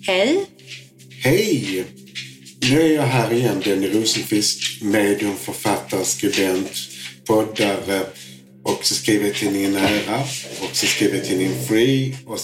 Hej. Hej! Nu är jag här igen, Denny Rosenqvist, medium, författare, skribent, poddare, och så skriver jag tidningen Nära, och så skriver jag tidningen Free, och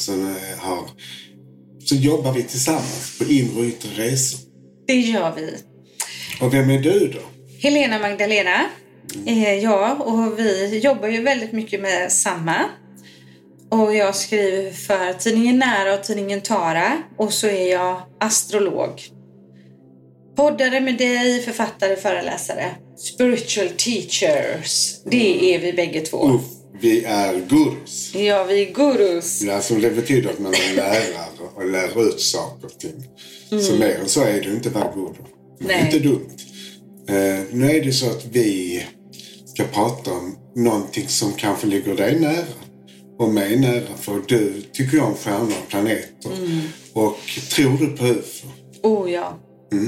så jobbar vi tillsammans på inre och yttre resor. Det gör vi. Och vem är du då? Helena Magdalena. Ja, och vi jobbar ju väldigt mycket med samma. Och jag skriver för tidningen Nära och tidningen Tara. Och så är jag astrolog. Poddare med dig, författare, föreläsare. Spiritual teachers. Det är vi bägge två. Vi är gurus. Ja, vi är gurus. Ja, som det betyder att man är lärare och lär ut saker och ting. Så mer än så är det inte vara guru. Det är inte dumt. Nu är det så att vi ska prata om någonting som kanske ligger dig nära. Och mig nära, för du tycker om stjärnor och planeter. Och tror du på UFO? Oh ja.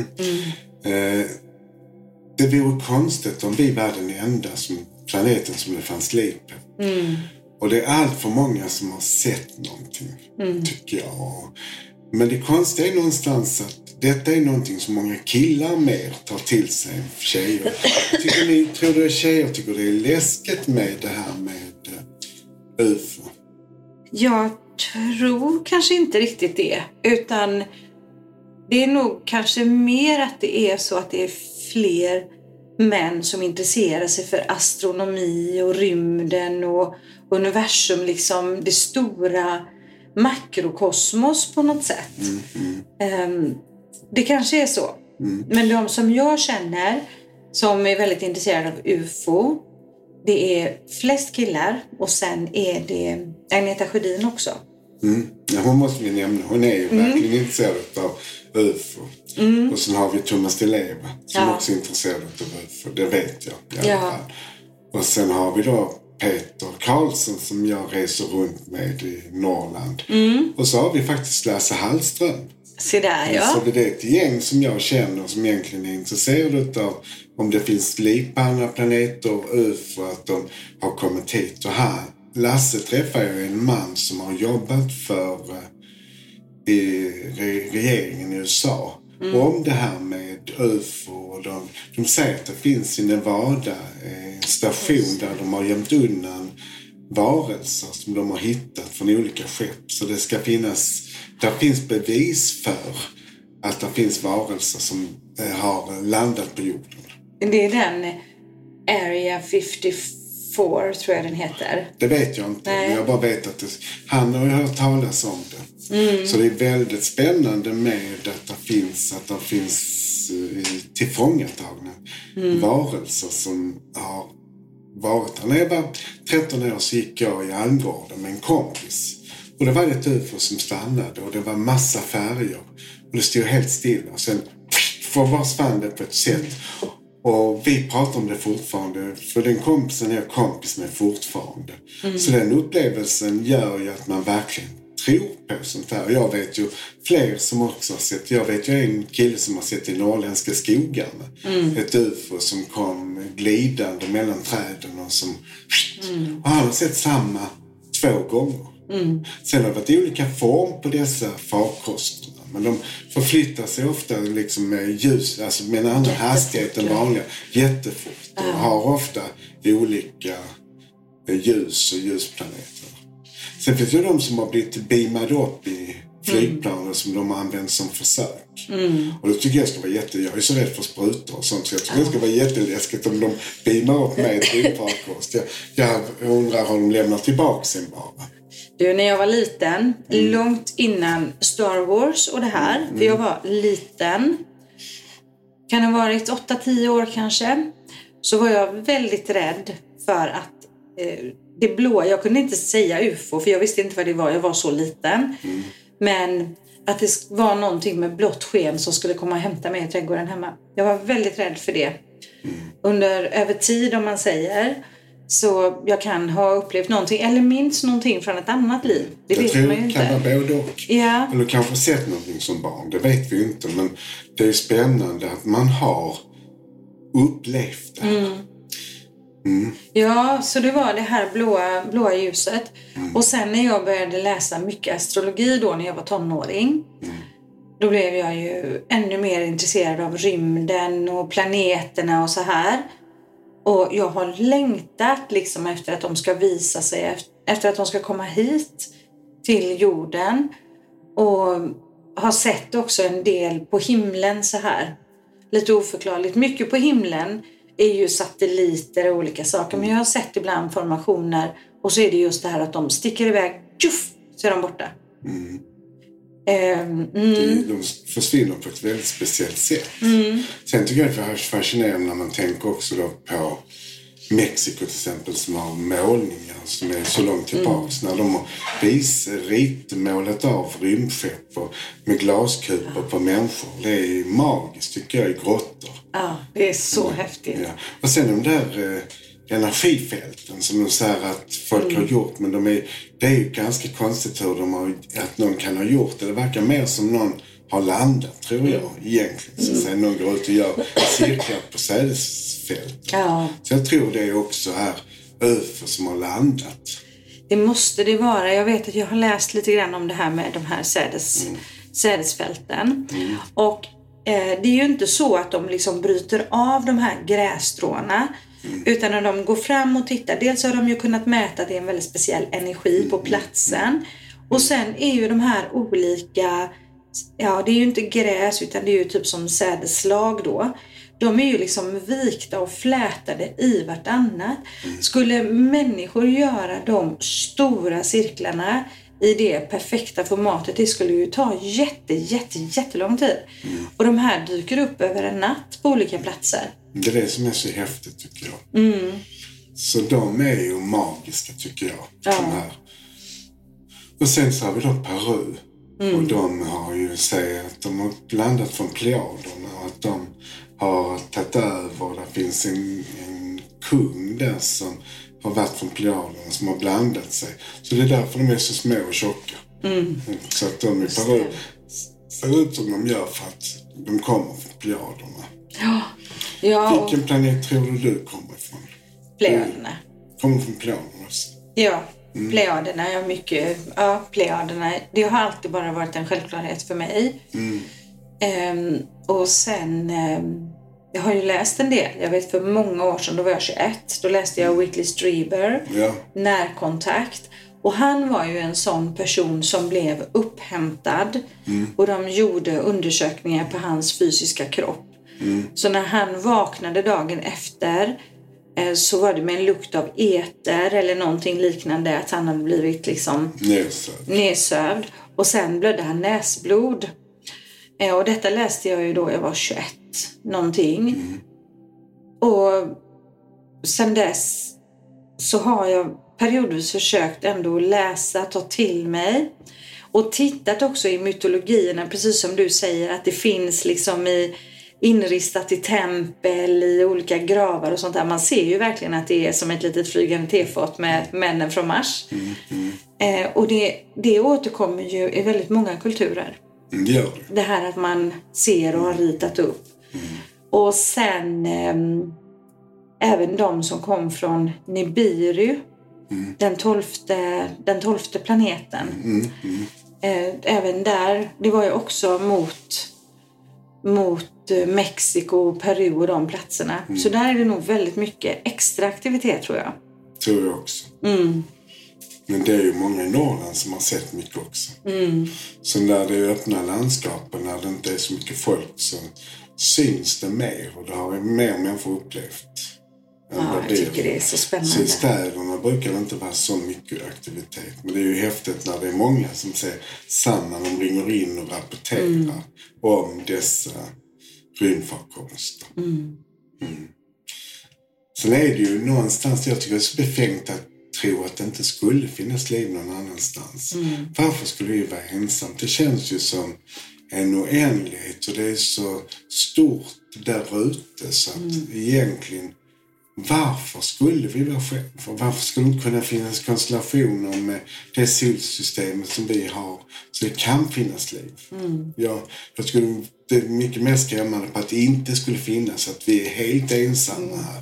Det vore konstigt om vi var den enda planeten som det fanns liv på. Och det är allt för många som har sett någonting, tycker jag. Men det konstiga är någonstans att detta är någonting som många killar mer tar till sig än tjejer. Tror du att tjejer tycker det är läskigt med det här med UFO? Jag tror kanske inte riktigt det. Utan det är nog kanske mer att det är så att det är fler män som intresserar sig för astronomi och rymden och universum. Liksom det stora makrokosmos på något sätt. Det kanske är så. Men de som jag känner som är väldigt intresserade av UFO, det är flest killar, och sen är det Agneta Sjödin också. Ja, hon måste vi nämna. Hon är ju verkligen intresserad av UFO. Och sen har vi Thomas Di Leva som också är intresserad av UFO. Det vet jag i alla fall. Och sen har vi då Peter Karlsson som jag reser runt med i Norrland. Och så har vi faktiskt Lasse Hallström. Se där, ja. Så det är ett gäng som jag känner som egentligen är intresserade av om det finns liv på andra planeter och UFO, att de har kommit hit. Och här, Lasse träffar ju en man som har jobbat för regeringen i USA om det här med UFO. Och de säger att det finns i Nevada en station där de har gömt undan varelser som de har hittat från olika skepp. Så det ska det finns bevis för att det finns varelser som har landat på jorden. Det är den Area 54 tror jag den heter. Det vet jag inte. Men jag bara vet att han har ju hört talas om det. Så det är väldigt spännande med att det finns tillfångatagna varelser som har varit här. När jag var 13 år så gick jag i Almgården med en kompis. Och det var ett UFO som stannade och det var massa färger. Och det stod helt stilla. Och sen försvann det på ett sätt. Och vi pratar om det fortfarande. För den kompisen är jag kompis med fortfarande. Så den upplevelsen gör ju att man verkligen tror på sånt här. Jag vet ju fler som också har sett. Jag vet ju en kille som har sett i norrländska skogarna. Ett UFO som kom glidande mellan träden. Och han har sett samma 2 gånger. Sen har det varit olika form på dessa farkosterna. Men de förflyttar sig ofta liksom med ljus, alltså med en annan hastighet än vanliga. Jättefort. Och har ofta olika ljus och ljusplaneter. Sen finns det de som har blivit beamade upp i flygplanen som de har använt som försök. Och då tycker jag ska vara jag är så rädd för sprutor och sånt, så jag tycker det ska vara jätteläskigt om de beamar upp med ett farkost. Jag undrar om de lämnar tillbaka sin bara. Du, när jag var liten, långt innan Star Wars och det här, för jag var liten, kan ha varit 8-10 år kanske, så var jag väldigt rädd för att det blåa, jag kunde inte säga UFO för jag visste inte vad det var, jag var så liten. Men att det var någonting med blått sken som skulle komma och hämta mig i trädgården hemma. Jag var väldigt rädd för det. Över tid, om man säger. Så jag kan ha upplevt någonting eller minns någonting från ett annat liv. Det vet man ju inte. Det kan vara både och. Ja. Eller kanske sett någonting som barn. Det vet vi inte. Men det är spännande att man har upplevt det här. Ja, så det var det här blåa ljuset. Och sen när jag började läsa mycket astrologi då när jag var tonåring. då blev jag ju ännu mer intresserad av rymden och planeterna och så här. Och jag har längtat liksom efter att de ska visa sig, efter att de ska komma hit till jorden. Och har sett också en del på himlen så här. Lite oförklarligt. Mycket på himlen är ju satelliter och olika saker. Men jag har sett ibland formationer. Och så är det just det här att de sticker iväg. Tjuff, så är de borta. De försvinner på ett väldigt speciellt sätt. Sen tycker jag det är fascinerande när man tänker också då på Mexiko till exempel, som har målningar som är så långt tillbaks. När de har ritmålat av rymdskepp med glaskupor på människor. Det är magiskt tycker jag, i grottor. Ja, det är så häftigt. Ja. Och sen de där energifälten som de säger att folk har gjort, men det är ju ganska konstigt hur att någon kan ha gjort det. Det verkar mer som någon har landat, tror jag, egentligen. Så att säga, någon går ut och gör cirklar på sädesfält. Ja. Så jag tror det också är UFO som har landat. Det måste det vara. Jag vet att jag har läst lite grann om det här med de här sädesfälten. Och det är ju inte så att de liksom bryter av de här grässtråna. Utan när de går fram och tittar. Dels har de ju kunnat mäta att det är en väldigt speciell energi på platsen. Och sen är ju de här olika... Ja, det är ju inte gräs utan det är ju typ som sädeslag då. De är ju liksom vikta och flätade i vartannat. Skulle människor göra de stora cirklarna i det perfekta formatet, det skulle ju ta jättelång tid. Och de här dyker upp över en natt på olika platser. Det är det som är så häftigt tycker jag. Så de är ju magiska tycker jag. De här. Och sen så har vi då Peru. Och de har ju sagt att de har blandat från Plejaderna och att de har tagit över. Det finns en kung där som har varit från Plejaderna som har blandat sig. Så det är därför de är så små och tjocka. Så att de i Peru ser ut som de gör för att de kommer från Plejaderna. Ja. Vilken planet tror du kommer ifrån? Plejaderna. Kommer från Plejaderna också? Ja. Plejaderna, Plejaderna. Det har alltid bara varit en självklarhet för mig. Och sen jag har ju läst en del. Jag vet för många år sedan, då var jag 21. Då läste jag Whitley Strieber, Närkontakt. Och han var ju en sån person som blev upphämtad. Och de gjorde undersökningar på hans fysiska kropp. Så när han vaknade dagen efter så var det med en lukt av eter eller någonting liknande, att han hade blivit liksom nedsövd. Och sen blödde han näsblod. Och detta läste jag ju då jag var 21 någonting. Och sen dess så har jag periodvis försökt ändå läsa, ta till mig. Och tittat också i mytologierna, precis som du säger, att det finns liksom inristat i tempel, i olika gravar och sånt där. Man ser ju verkligen att det är som ett litet flygande tefat med männen från Mars. Och det återkommer ju i väldigt många kulturer. Det här att man ser och har ritat upp. Och sen även de som kom från Nibiru, den 12:e planeten. Även där, det var ju också mot Mexiko, Peru och de platserna. Så där är det nog väldigt mycket extra aktivitet, tror jag. Tror jag också. Men det är ju många i Norrland som har sett mycket också. Så när det är öppna landskapen, när det inte är så mycket folk, så syns det mer. Och det har mer människor upplevt. Jag tycker det är så spännande. Så i städerna brukar det inte vara så mycket aktivitet. Men det är ju häftigt när det är många som ser samman. De ringer in och rapporterar om dessa rymdfarkoster. Sen är det ju någonstans, jag tycker det är så befängt att tro att det inte skulle finnas liv någon annanstans. Varför skulle vi vara ensamt? Det känns ju som en oändlighet och det är så stort där ute så att egentligen varför skulle vi vara själva? Varför skulle det inte kunna finnas konstellationer med det solsystemet som vi har så det kan finnas liv? Det är mycket mer skrämmande på att det inte skulle finnas, att vi är helt ensamma här.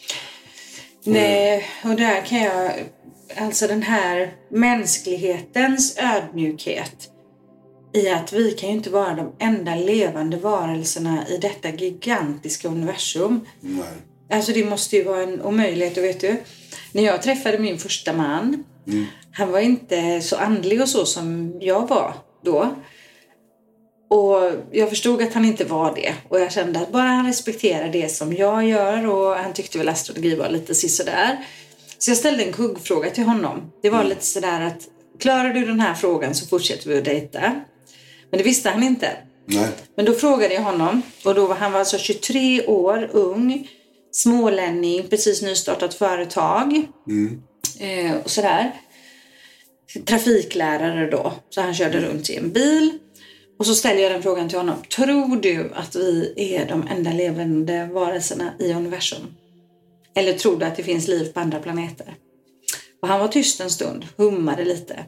Nej, och där kan jag, alltså den här mänsklighetens ödmjukhet i att vi kan ju inte vara de enda levande varelserna i detta gigantiska universum. Nej. Alltså det måste ju vara en omöjlighet. Och vet du, när jag träffade min första man, han var inte så andlig och så som jag var då. Och jag förstod att han inte var det. Och jag kände att bara han respekterar det som jag gör, och han tyckte väl astrologi var lite sådär. Så jag ställde en kuggfråga till honom. Det var lite sådär att, klarar du den här frågan så fortsätter vi att dejta. Men det visste han inte. Nej. Men då frågade jag honom, och då var han alltså 23 år, ung, smålänning, precis nystartat företag. Och sådär. Trafiklärare då, så han körde runt i en bil. Och så ställer jag den frågan till honom. Tror du att vi är de enda levande varelserna i universum? Eller tror du att det finns liv på andra planeter? Och han var tyst en stund, hummade lite.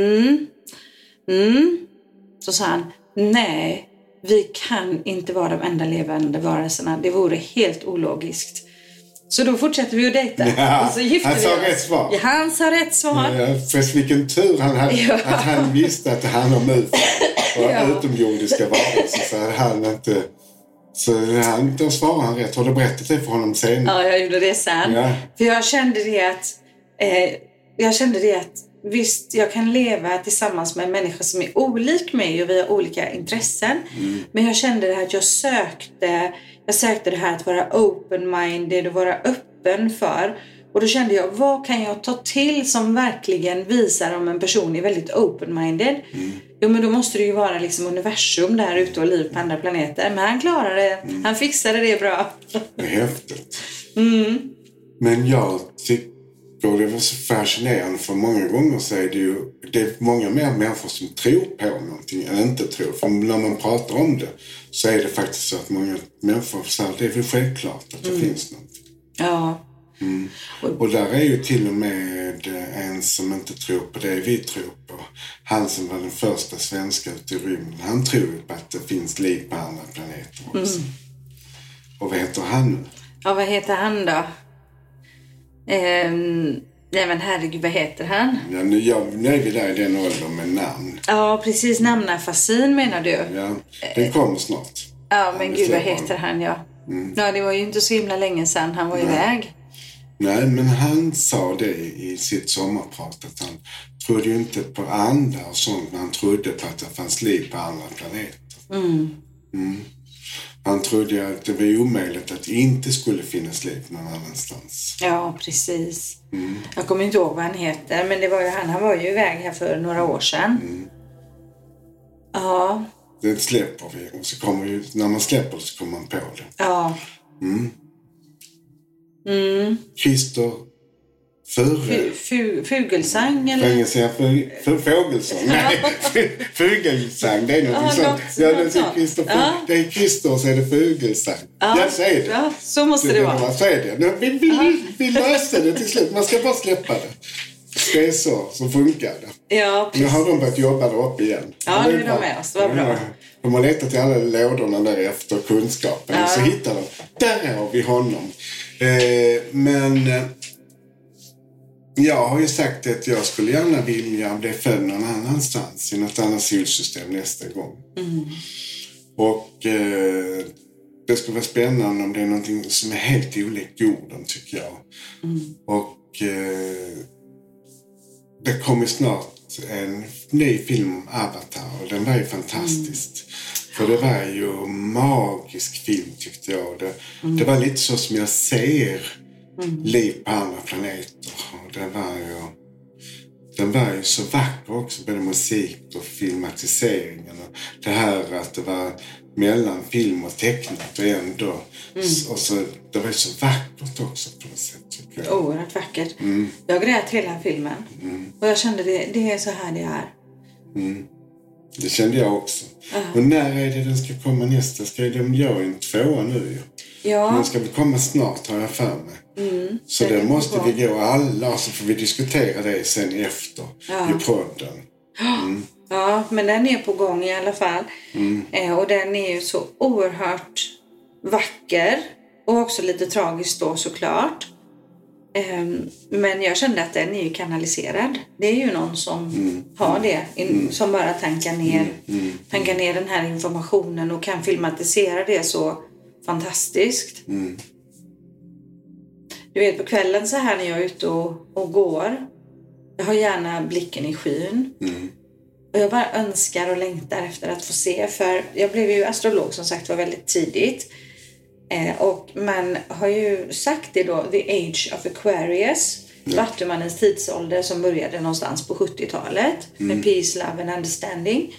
Så sa han, nej, vi kan inte vara de enda levande varelserna. Det vore helt ologiskt. Så då fortsätter vi att dejta. Ja, och så gifte han vi sa oss. rätt svar. Ja, han sa rätt svar. Ja, för vilken tur han hade, att han visste att han var UFO och utomjordiska varelser. Så han inte... Så då svarade han rätt. Har du berättat det för honom senare? Ja, jag gjorde det sen. Ja. För jag kände det att visst, jag kan leva tillsammans med en människa som är olik mig och vi har olika intressen. Men jag kände det här att jag sökte det här att vara open-minded och vara öppen för. Och då kände jag, vad kan jag ta till som verkligen visar om en person är väldigt open-minded? Jo, men då måste det ju vara liksom universum där ute och liv på andra planeter. Men han klarade det. Han fixade det bra. Det är häftigt. Men jag tycker det var så fascinerande, för många gånger så är det är många mer människor som tror på någonting än inte tror. För när man pratar om det så är det faktiskt så att många människor säger att det är väl självklart att det finns någonting. Ja. Och där är ju till och med en som inte tror på det vi tror på. Han som var den första svenska ute i rymden, han tror ju på att det finns liv på andra planeter också. Och vad heter han nu? Ja, vad heter han då? Nej men herregud, vad heter han? Ja, nu är vi där i den åldern med namn. Ja, precis, namnafasin menar du? Ja, den kommer snart. Ja, men gud, vad heter han, ja. Ja, det var ju inte så himla länge sedan han var iväg. Nej, men han sa det i sitt sommarprat att han trodde ju inte på andra och sånt, men han trodde på att det fanns liv på andra planeter. Han trodde att det var omöjligt att det inte skulle finnas liv någon annanstans. Ja, precis. Jag kommer inte ihåg vad han heter, men det var ju han var ju iväg här för några år sedan. Ja. Det släpper vi, och så kommer ju, när man släpper det så kommer man på det. Ja. Christer Fugelsang eller? Fängelse fågelsång. Nej, fugelsang. Det är något sånt. Ja, det är Christer och så är det fugelsang. Ja, så är det. Ja, så måste det vara. Så är det. Vi löste det till slut. Man ska bara släppa det. Det är så funkar det. Ja, precis. Nu har de börjat jobba där uppe igen. Ja, nu är de med oss. Det var bra. De har letat i alla lådorna där efter kunskapen. Ja. Så hittar de. Där har vi honom. Men jag har ju sagt att jag skulle gärna vilja bli född någon annanstans i något annat solsystem nästa gång. Och det skulle vara spännande om det är någonting som är helt olikt jorden, tycker jag. Och det kommer snart en ny film om Avatar, och den var ju fantastisk. För det var ju magisk film, tyckte jag. Det var lite så som jag ser liv på andra planeter. Och den var ju så vacker också, både musik och filmatiseringen. Och det här att det var mellan film och tecknat och ändå. Och så, det var ju så vackert också på något sätt, tycker jag. Oerhört vackert. Jag grät hela filmen. Och jag kände det är så här det är. Det kände jag också. Och när är det den ska komma nästa? Ska de göra en 2 nu? Ja. Den ska väl komma snart, har jag för mig. Så det måste vi gå alla, så får vi diskutera det sen efter i podden. Ja, men den är på gång i alla fall. Och den är ju så oerhört vacker. Och också lite tragiskt då, såklart. Men jag kände att den är ju kanaliserad. Det är ju någon som har det. Som bara tankar ner den här informationen och kan filmatisera det så fantastiskt. Du vet, på kvällen så här när jag är ute och går. Jag har gärna blicken i skyn. Och jag bara önskar och längtar efter att få se. För jag blev ju astrolog som sagt var väldigt tidigt. Och man har ju sagt det då, the age of Aquarius, Vattumannens tidsålder som började någonstans på 70-talet med peace, love and understanding.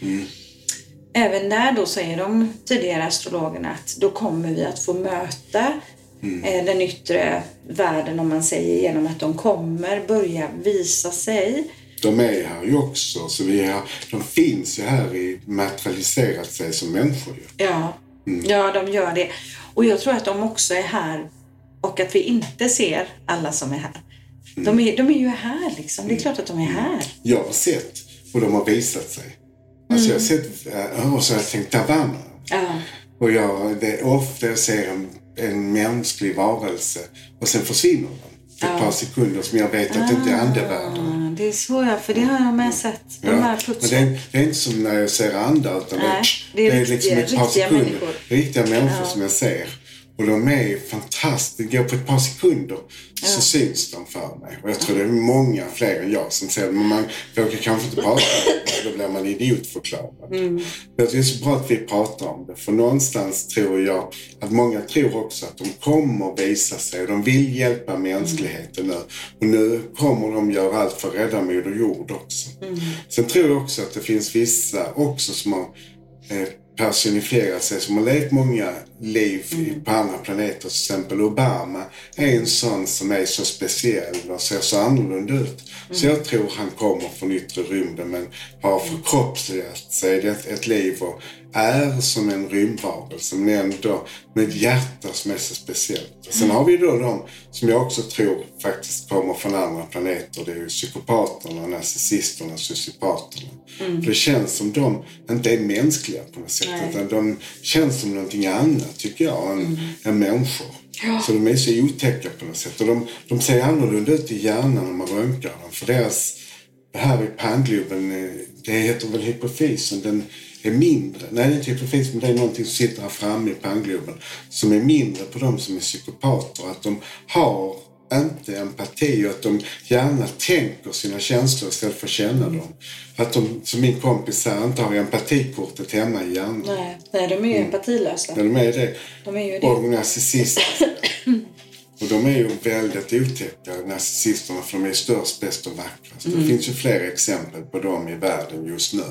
Även där då säger de tidigare astrologerna att då kommer vi att få möta den yttre världen, om man säger, genom att de kommer börja visa sig. De är här ju också, så de finns ju här i materialiserat sig som människor ju. Ja, de gör det. Och jag tror att de också är här och att vi inte ser alla som är här. De är ju här liksom. Det är klart att de är här. Jag har sett och de har visat sig. Alltså jag har sett, och så har jag tänkt Tavanna. Och det är ofta jag ser en mänsklig varelse och sen försvinner den. För ett par sekunder som jag vet att det inte är andevärlden. Det är så, för det har jag med sett. Men det är inte som när jag ser andar, utan det är liksom ett par sekunder. Riktiga människor som jag ser. Och de är fantastiska. Det går på ett par sekunder så syns de för mig. Och jag tror det är många fler än jag som ser. Men man vågar kanske inte prata om det. Då blir man idiotförklarad. Det är så bra att vi pratar om det. För någonstans tror jag att många tror också att de kommer visa sig. De vill hjälpa mänskligheten nu. Och nu kommer de göra allt för att rädda Moder Jord också. Sen tror jag också att det finns vissa också som har personifierat sig, som har levt många liv på andra planeter. Till exempel Obama är en sån som är så speciell och ser så annorlunda ut. Så jag tror han kommer från yttre rymden, men har förkroppsligat sig ett liv och är som en rymdvarelse, men ändå med ett hjärta som är så speciellt. Och sen har vi då de som jag också tror faktiskt kommer från andra planeter. Det är ju psykopaterna, narcissisterna, sociopaterna. För det känns som de inte är mänskliga på något sätt, utan de känns som någonting annat, tycker jag, än människor. Så de är så otäcka på något sätt. Och de ser annorlunda ut i hjärnan när man röntgar dem. För deras, här i pangloben, det heter väl hypofysen, den är mindre. Nej, det är inte hypofys, men det är någonting som sitter här framme i pangloben som är mindre på de som är psykopater. Att de har inte empati och att de gärna tänker sina känslor istället för att känna dem. Att de, som min kompis här, inte har empatikortet hemma i hjärnan. Nej, de är ju empatilösa. De är det. De är ju det. Och narcissistiska. Och de är ju väldigt otäcka, narcissisterna, för de är störst, bäst och vackrast. Det finns ju flera exempel på dem i världen just nu.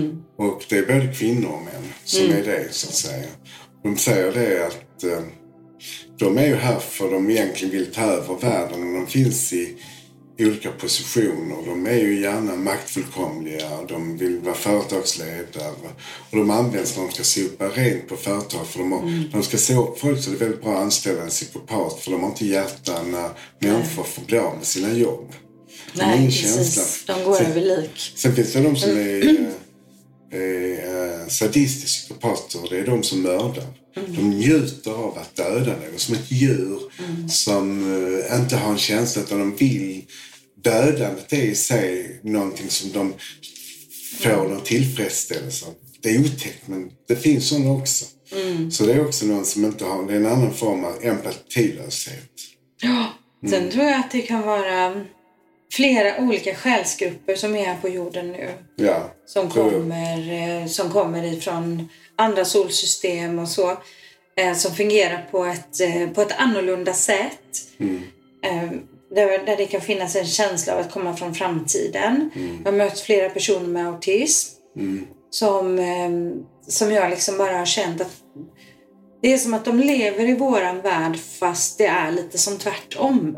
Och det är både kvinnor och män som är det, så att säga. De säger det att de är ju här för de egentligen vill ta över världen, och de finns i olika positioner. De är ju gärna maktfullkomliga, de vill vara företagsledare, och de används när de ska sopa rent på företag, för de ska se upp folk, så det är väldigt bra att anställa en psykopat, för de har inte hjärta när människor får bli av med sina jobb. Nej, precis. De går över lik. Sen finns det de som är sadistiska psykopater, det är de som mördar. De njuter av att döda någon, som ett djur som inte har en känsla, utan de vill. Dödandet är i sig någonting som de får någon tillfredsställelse av. Det är otäckt, men det finns sådana också. Så det är också någon som inte har, det är en annan form av empatilöshet. Ja, sen tror jag att det kan vara flera olika själsgrupper som är här på jorden nu. Ja. Som kommer ifrån andra solsystem och så. Som fungerar på ett annorlunda sätt. Där det kan finnas en känsla av att komma från framtiden. Jag har mött flera personer med autism. Som jag liksom bara har känt att det är som att de lever i våran värld, fast det är lite som tvärtom.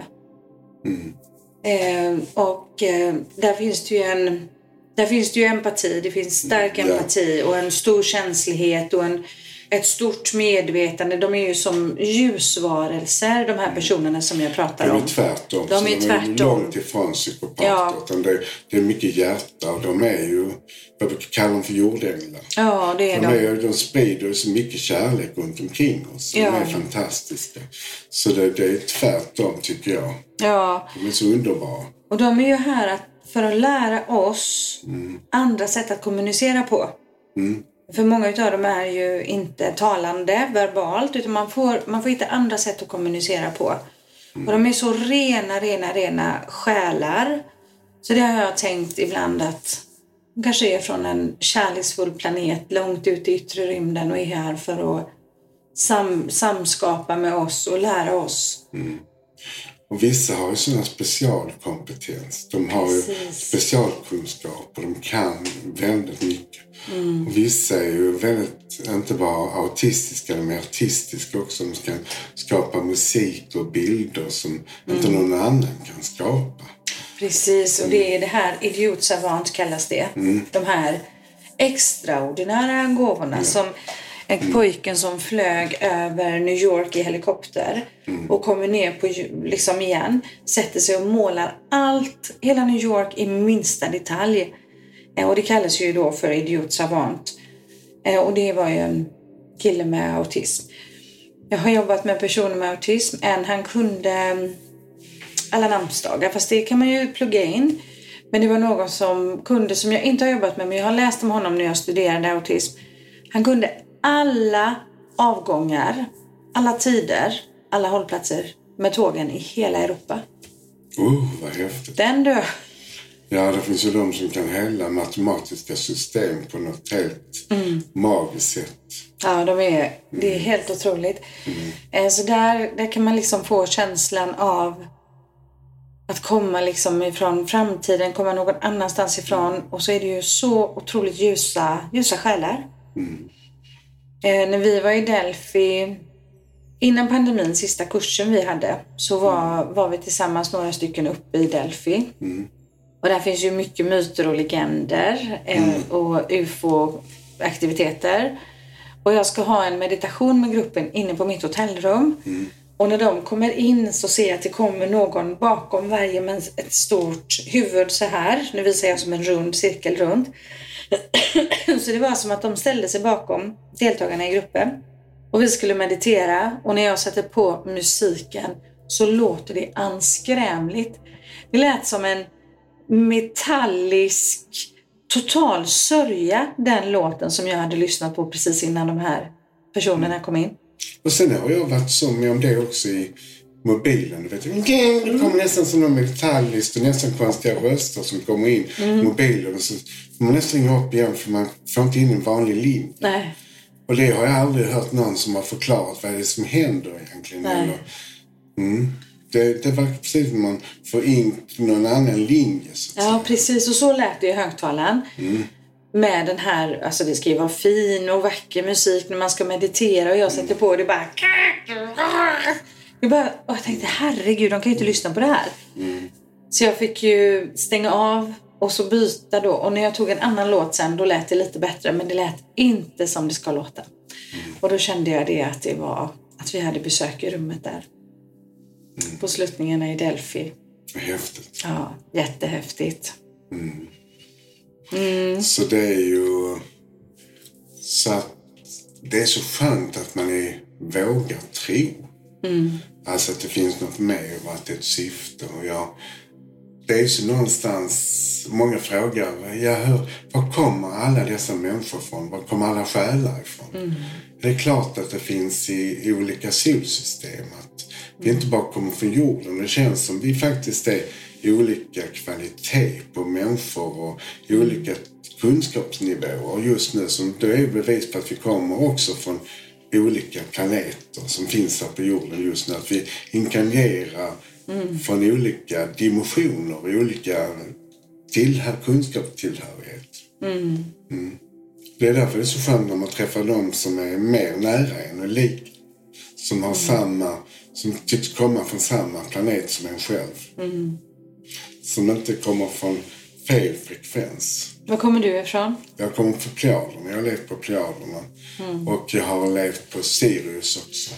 Där finns det ju empati. Det finns stark empati och en stor känslighet och en ett stort medvetande. De är ju som ljusvarelser, de här personerna som jag pratar om. De är tvärtom. De är långt ifrån psykopater. Ja. Utan det är mycket hjärta och de är ju, jag brukar kalla dem för jordänglar. Ja, det är de sprider så mycket kärlek runt omkring oss. De är fantastiska. Så det är tvärtom tycker jag. Ja. De är så underbara. Och de är ju här för att lära oss andra sätt att kommunicera på. För många av dem är ju inte talande verbalt, utan man får hitta andra sätt att kommunicera på. Och de är så rena själar. Så det har jag tänkt ibland att de kanske är från en kärleksfull planet långt ut i yttre rymden och är här för att samskapa med oss och lära oss. Och vissa har ju sådana specialkompetens. De har ju specialkunskaper. De kan väldigt mycket. Och vissa är ju väldigt, inte bara autistiska, de är artistiska också. De kan skapa musik och bilder som inte någon annan kan skapa. Precis, och det är det här idiotsavant kallas det. De här extraordinära gåvorna som pojken som flög över New York i helikopter och kommer ner på liksom igen, sätter sig och målar hela New York i minsta detalj. Och det kallas ju då för idiotsavant. Och det var ju en kille med autism. Jag har jobbat med personer med autism. Han kunde alla namnsdagar, fast det kan man ju plugga in. Men det var någon som kunde, som jag inte har jobbat med, men jag har läst om honom när jag studerade autism. Han kunde alla avgångar, alla tider, alla hållplatser med tågen i hela Europa. Vad häftigt. Den dör. Ja, det finns ju de som kan hela matematiska system på något helt magiskt sätt. Ja, det är helt otroligt. Så där kan man liksom få känslan av att komma liksom ifrån framtiden, komma någon annanstans ifrån. Och så är det ju så otroligt ljusa själar. När vi var i Delphi, innan pandemin, sista kursen vi hade, så var vi tillsammans några stycken uppe i Delphi. Och där finns ju mycket myter och legender och UFO-aktiviteter. Och jag ska ha en meditation med gruppen inne på mitt hotellrum. Och när de kommer in så ser jag att det kommer någon bakom varje med ett stort huvud så här. Nu visar jag som en rund cirkel runt. Så det var som att de ställde sig bakom deltagarna i gruppen. Och vi skulle meditera. Och när jag sätter på musiken så låter det anskrämligt. Det lät som en metallisk total sörja, den låten som jag hade lyssnat på precis innan de här personerna kom in. Och sen har jag varit så med om det också i mobilen. Vet du. Det kommer nästan som någon metalliskt och nästan konstiga röster som kommer in i mobilen. Och så får man nästan ringa upp igen för man får inte in en vanlig linje. Nej. Och det har jag aldrig hört någon som har förklarat vad det är som händer egentligen. Nej. Det var precis som man får in någon annan linje. Ja, precis. Och så lät det i högtalaren. Med den här, alltså det ska ju vara fin och vacker musik när man ska meditera. Och jag sätter på det bara... Och jag tänkte, herregud, de kan ju inte lyssna på det här. Så jag fick ju stänga av och så byta då. Och när jag tog en annan låt sen, då lät det lite bättre. Men det lät inte som det ska låta. Och då kände jag det att det var att vi hade besök i rummet där. På slutningarna i Delphi. Häftigt. Ja, jättehäftigt. Så det är ju så att det är så skönt att man vågar tro. Alltså att det finns något mer och att det är ett syfte. Och det är ju så någonstans, många frågar, var kommer alla dessa människor från? Var kommer alla själar ifrån? Det är klart att det finns i olika solsystem. Att vi inte bara kommer från jorden. Det känns som vi faktiskt är i olika kvalitet på människor och i olika kunskapsnivåer. Och just nu som det är bevis på att vi kommer också från olika planeter som finns här på jorden just nu. Att vi inkarnerar från olika dimensioner och olika kunskapstillhörighet. Det är därför det är så skönt när man träffar de som är mer nära en och lik. Som har som tycks komma från samma planet som en själv. Som inte kommer från fel frekvens. Var kommer du ifrån? Jag kommer från Plejaderna. Jag har levt på Plejaderna. Och jag har levt på Sirius också.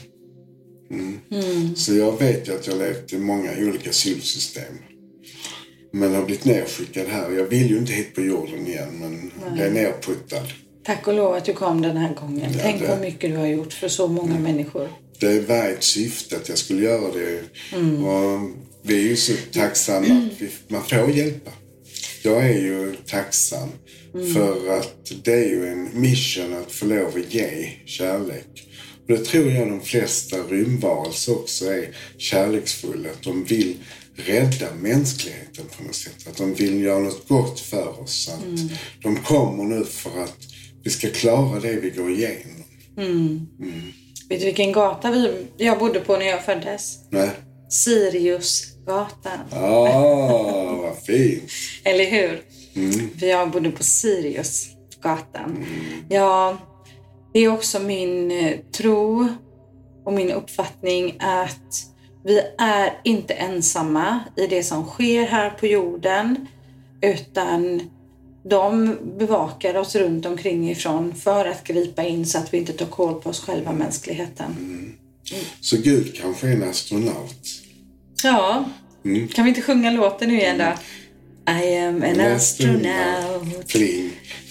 Så jag vet ju att jag har levt i många olika solsystem. Men har blivit nedskickad här. Jag vill ju inte hit på jorden igen, men blev nerputtad. Tack och lov att du kom den här gången. Tänk vad mycket du har gjort för så många människor. Det var ett syfte att jag skulle göra det. Och vi är ju så tacksamma att man får hjälpa. Jag är ju tacksam för att det är ju en mission att få lov att ge kärlek. Och det tror jag de flesta rymdvarelser också är kärleksfulla. Att de vill rädda mänskligheten på något sätt. Att de vill göra något gott för oss. Att de kommer nu för att vi ska klara det vi går igenom. Vet du vilken gata jag bodde på när jag föddes? Nej. Siriusgatan. Vad fint. Eller hur? För jag bodde på Siriusgatan. Ja, det är också min tro och min uppfattning att vi är inte ensamma i det som sker här på jorden, utan de bevakar oss runt omkring ifrån för att gripa in så att vi inte tar koll på oss själva, mänskligheten. Så Gud kanske är en astronaut. Ja, kan vi inte sjunga låten nu igen då? I am an astronaut. Kling.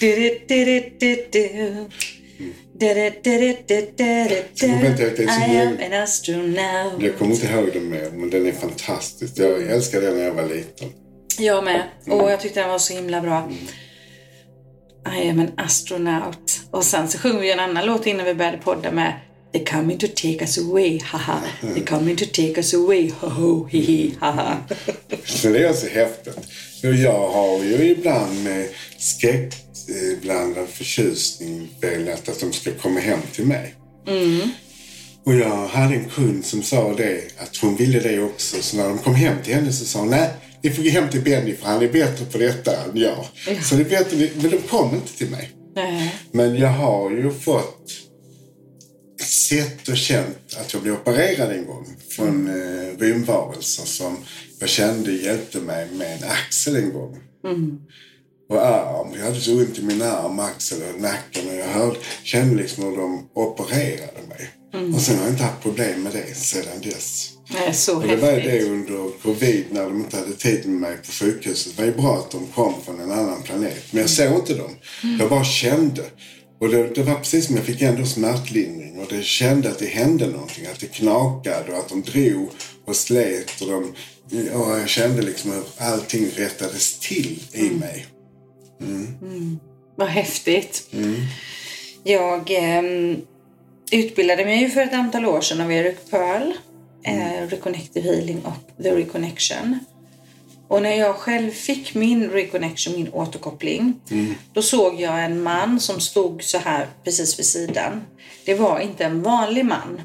I am an astronaut. Jag kommer inte ihåg den mer, men den är fantastisk. Jag älskade den när jag var liten. Jag med. Och jag tyckte den var så himla bra. I am an astronaut. Och sen så sjunger vi en annan låt innan vi började podda med They're coming to take us away, haha. They're coming to take us away, ho-ho, hihi, haha. Så det är så häftigt. Och jag har ju ibland med skräckblandad förtjusning velat att de ska komma hem till mig. Och jag hade en kund som sa det, att hon ville det också. Så när de kom hem till henne så sa hon, nej, vi får gå hem till Benny för han är bättre på detta än jag. Så det är bättre, men de kom inte till mig. Men jag har ju fått sett och känt att jag blev opererad en gång från rymdvarelser som jag kände hjälpte mig med en axel en gång. Och arm. Jag hade så ont i min arm, axel och nacken, och jag kände liksom hur de opererade mig. Och sen har jag inte haft problem med det sedan dess. Det är så och häftigt. Det var det under covid när de inte hade tid med mig på sjukhuset. Det var ju bra att de kom från en annan planet. Men jag såg inte dem. Jag bara kände. Och det var precis som jag fick ändå smärtlindring. Och det kände att det hände någonting. Att det knakade och att de drog och slet. Och jag kände liksom hur allting rättades till i mig. Vad häftigt. Jag utbildade mig ju för ett antal år sedan av Eric Pearl. Reconnective Healing och The Reconnection. Och när jag själv fick min reconnection, min återkoppling, då såg jag en man som stod så här precis vid sidan. Det var inte en vanlig man.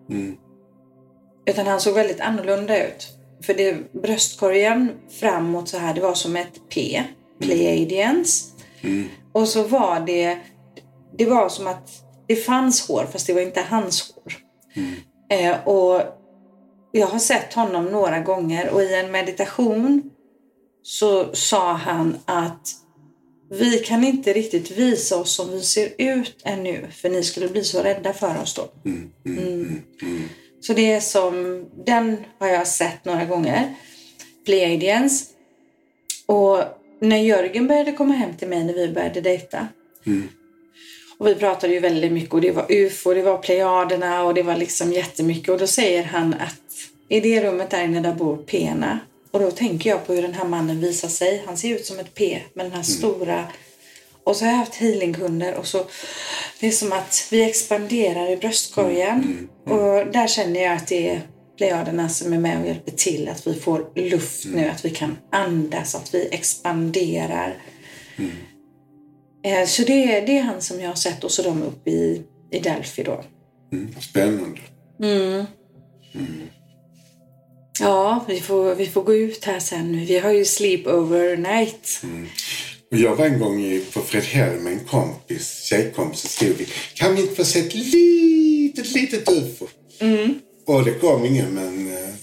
Utan han såg väldigt annorlunda ut. För det bröstkorgen framåt så här, det var som ett P. Pleiadians. Och så var det var som att det fanns hår, fast det var inte hans hår. Och jag har sett honom några gånger, och i en meditation så sa han att vi kan inte riktigt visa oss som vi ser ut ännu, för ni skulle bli så rädda för oss då. Så det är som, den har jag sett några gånger, Pleiadians. Och när Jörgen började komma hem till mig när vi började dejta, och vi pratade ju väldigt mycket, och det var UFO, det var Plejaderna, och det var liksom jättemycket. Och då säger han att i det rummet där inne där bor Pena. Och då tänker jag på hur den här mannen visar sig. Han ser ut som ett P med den här stora. Och så har jag haft healingkunder, och så det är som att vi expanderar i bröstkorgen. Och där känner jag att det är Plejaderna som är med och hjälper till, att vi får luft nu, att vi kan andas, att vi expanderar. Så det är han som jag har sett, och så de uppe i Delphi då. Spännande. Ja, vi får gå ut här sen nu. Vi har ju sleep overnight. Och jag var en gång på Fredhäll med en tjejkompis, så skrev vi, kan vi inte få se ett litet UFO? Och det kom ingen, men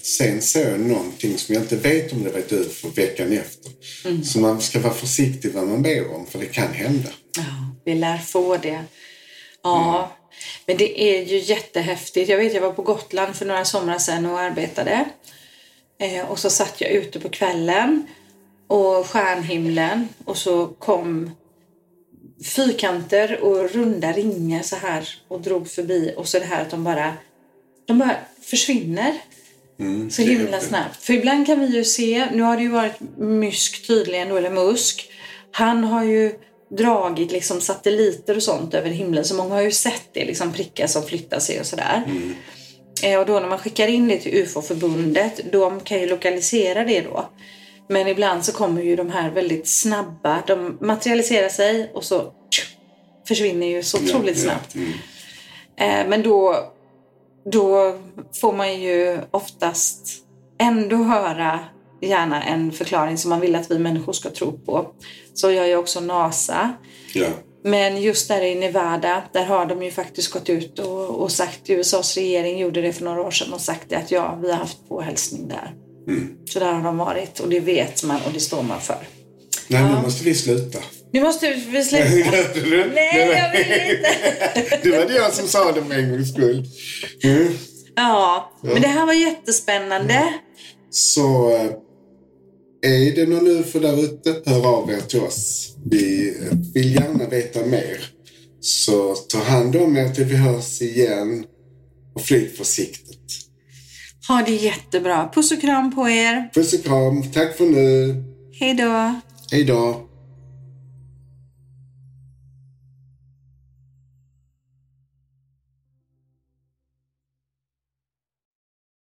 sen såg jag någonting som jag inte vet om det var ett UFO veckan efter. Så man ska vara försiktig vad man ber om, för det kan hända. Ja, vi lär få det. Ja, men det är ju jättehäftigt. Jag var på Gotland för några somrar sedan och arbetade. Och så satt jag ute på kvällen och stjärnhimlen, och så kom fyrkanter och runda ringar så här och drog förbi, och så det här att de bara försvinner så himla snabbt. För ibland kan vi ju se, nu har det ju varit Mysk tydligen då, eller Musk, han har ju dragit liksom satelliter och sånt över himlen, så många har ju sett det liksom prickar som flyttar sig och sådär. Och då när man skickar in det till UFO-förbundet, de kan ju lokalisera det då. Men ibland så kommer ju de här väldigt snabba, de materialiserar sig och så försvinner ju så otroligt snabbt. Men då får man ju oftast ändå höra gärna en förklaring som man vill att vi människor ska tro på. Så gör ju också NASA. Ja. Men just där i Nevada, där har de ju faktiskt gått ut och sagt, USAs regering gjorde det för några år sedan och sagt det, att ja, vi har haft påhälsning där. Så där har de varit, och det vet man och det står man för. Nej, nu måste vi sluta. Nu måste vi sluta. Nej, jag vill inte. Det var det jag som sa det med en gångs skull. Ja, men det här var jättespännande. Så är det någon UFO där ute, hör av er till oss. Vi vill gärna veta mer. Så ta hand om er till vi hörs igen. Och flyg försiktigt. Ha det jättebra. Puss och kram på er. Puss och kram. Tack för nu. Hej då. Hej då.